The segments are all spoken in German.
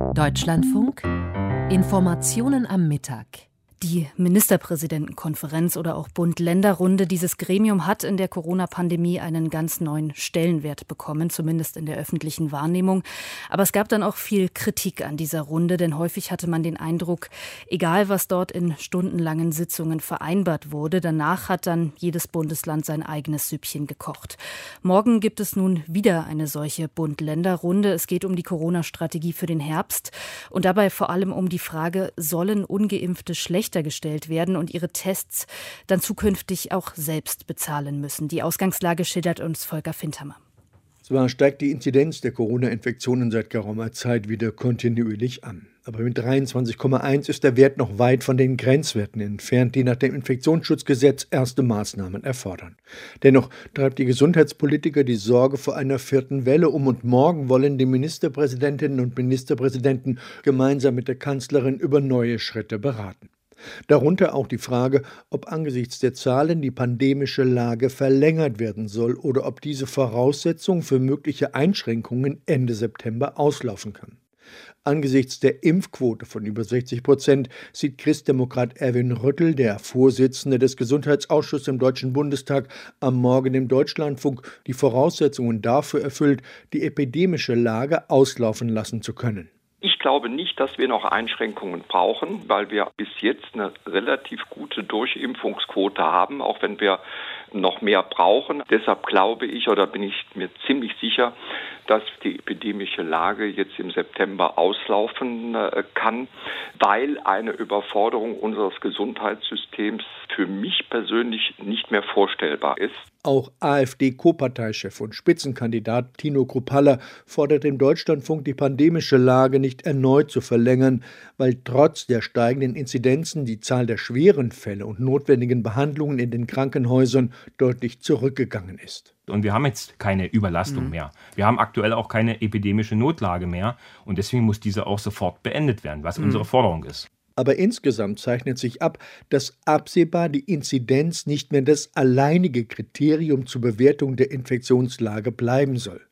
Deutschlandfunk Informationen am Mittag. Die Ministerpräsidentenkonferenz oder auch Bund-Länder-Runde, dieses Gremium hat in der Corona-Pandemie einen ganz neuen Stellenwert bekommen, zumindest in der öffentlichen Wahrnehmung. Aber es gab dann auch viel Kritik an dieser Runde, denn häufig hatte man den Eindruck, egal was dort in stundenlangen Sitzungen vereinbart wurde, danach hat dann jedes Bundesland sein eigenes Süppchen gekocht. Morgen gibt es nun wieder eine solche Bund-Länder-Runde. Es geht um die Corona-Strategie für den Herbst und dabei vor allem um die Frage, sollen Ungeimpfte schlechter gestellt werden und ihre Tests dann zukünftig auch selbst bezahlen müssen. Die Ausgangslage schildert uns Volker Fintermer. Zwar steigt die Inzidenz der Corona-Infektionen seit geraumer Zeit wieder kontinuierlich an. Aber mit 23,1 ist der Wert noch weit von den Grenzwerten entfernt, die nach dem Infektionsschutzgesetz erste Maßnahmen erfordern. Dennoch treibt die Gesundheitspolitiker die Sorge vor einer vierten Welle um und morgen wollen die Ministerpräsidentinnen und Ministerpräsidenten gemeinsam mit der Kanzlerin über neue Schritte beraten. Darunter auch die Frage, ob angesichts der Zahlen die pandemische Lage verlängert werden soll oder ob diese Voraussetzung für mögliche Einschränkungen Ende September auslaufen kann. Angesichts der Impfquote von über 60% sieht Christdemokrat Erwin Rüttel, der Vorsitzende des Gesundheitsausschusses im Deutschen Bundestag, am Morgen im Deutschlandfunk die Voraussetzungen dafür erfüllt, die epidemische Lage auslaufen lassen zu können. Ich glaube nicht, dass wir noch Einschränkungen brauchen, weil wir bis jetzt eine relativ gute Durchimpfungsquote haben, auch wenn wir noch mehr brauchen. Deshalb glaube ich oder bin ich mir ziemlich sicher, dass die epidemische Lage jetzt im September auslaufen kann, weil eine Überforderung unseres Gesundheitssystems für mich persönlich nicht mehr vorstellbar ist. Auch AfD-Co-Parteichef und Spitzenkandidat Tino Kruppalla fordert im Deutschlandfunk, die pandemische Lage nicht erneut zu verlängern, weil trotz der steigenden Inzidenzen die Zahl der schweren Fälle und notwendigen Behandlungen in den Krankenhäusern deutlich zurückgegangen ist. Und wir haben jetzt keine Überlastung mehr. Wir haben aktuell auch keine epidemische Notlage mehr. Und deswegen muss diese auch sofort beendet werden, was unsere Forderung ist. Aber insgesamt zeichnet sich ab, dass absehbar die Inzidenz nicht mehr das alleinige Kriterium zur Bewertung der Infektionslage bleiben soll.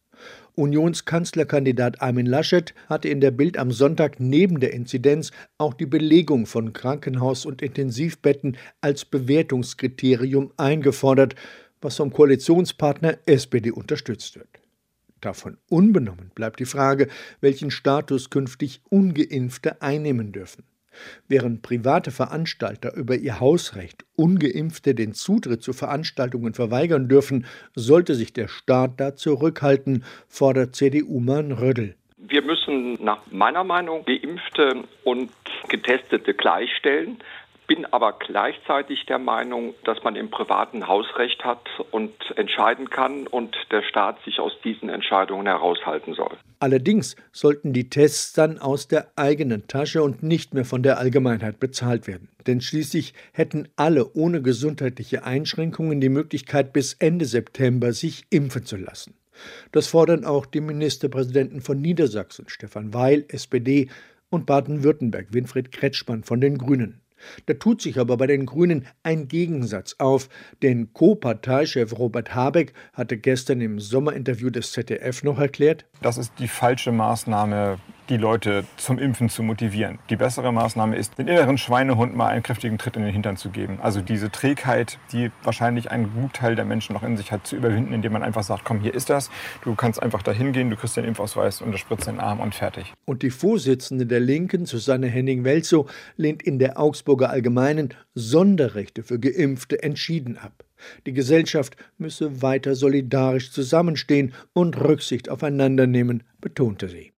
Unionskanzlerkandidat Armin Laschet hatte in der Bild am Sonntag neben der Inzidenz auch die Belegung von Krankenhaus- und Intensivbetten als Bewertungskriterium eingefordert, was vom Koalitionspartner SPD unterstützt wird. Davon unbenommen bleibt die Frage, welchen Status künftig Ungeimpfte einnehmen dürfen. Während private Veranstalter über ihr Hausrecht Ungeimpfte den Zutritt zu Veranstaltungen verweigern dürfen, sollte sich der Staat da zurückhalten, fordert CDU-Mann Rödel. Wir müssen nach meiner Meinung Geimpfte und Getestete gleichstellen. Bin aber gleichzeitig der Meinung, dass man im privaten Hausrecht hat und entscheiden kann und der Staat sich aus diesen Entscheidungen heraushalten soll. Allerdings sollten die Tests dann aus der eigenen Tasche und nicht mehr von der Allgemeinheit bezahlt werden. Denn schließlich hätten alle ohne gesundheitliche Einschränkungen die Möglichkeit, bis Ende September sich impfen zu lassen. Das fordern auch die Ministerpräsidenten von Niedersachsen, Stefan Weil, SPD, und Baden-Württemberg, Winfried Kretschmann von den Grünen. Da tut sich aber bei den Grünen ein Gegensatz auf, denn Co-Parteichef Robert Habeck hatte gestern im Sommerinterview des ZDF noch erklärt: Das ist die falsche Maßnahme, die Leute zum Impfen zu motivieren. Die bessere Maßnahme ist, den inneren Schweinehund mal einen kräftigen Tritt in den Hintern zu geben. Also diese Trägheit, die wahrscheinlich ein Gutteil der Menschen noch in sich hat, zu überwinden, indem man einfach sagt, komm, hier ist das, du kannst einfach da hingehen, du kriegst den Impfausweis, unterspritzt den Arm und fertig. Und die Vorsitzende der Linken, Susanne Henning-Welzow, lehnt in der Augsburger Allgemeinen Sonderrechte für Geimpfte entschieden ab. Die Gesellschaft müsse weiter solidarisch zusammenstehen und Rücksicht aufeinander nehmen, betonte sie.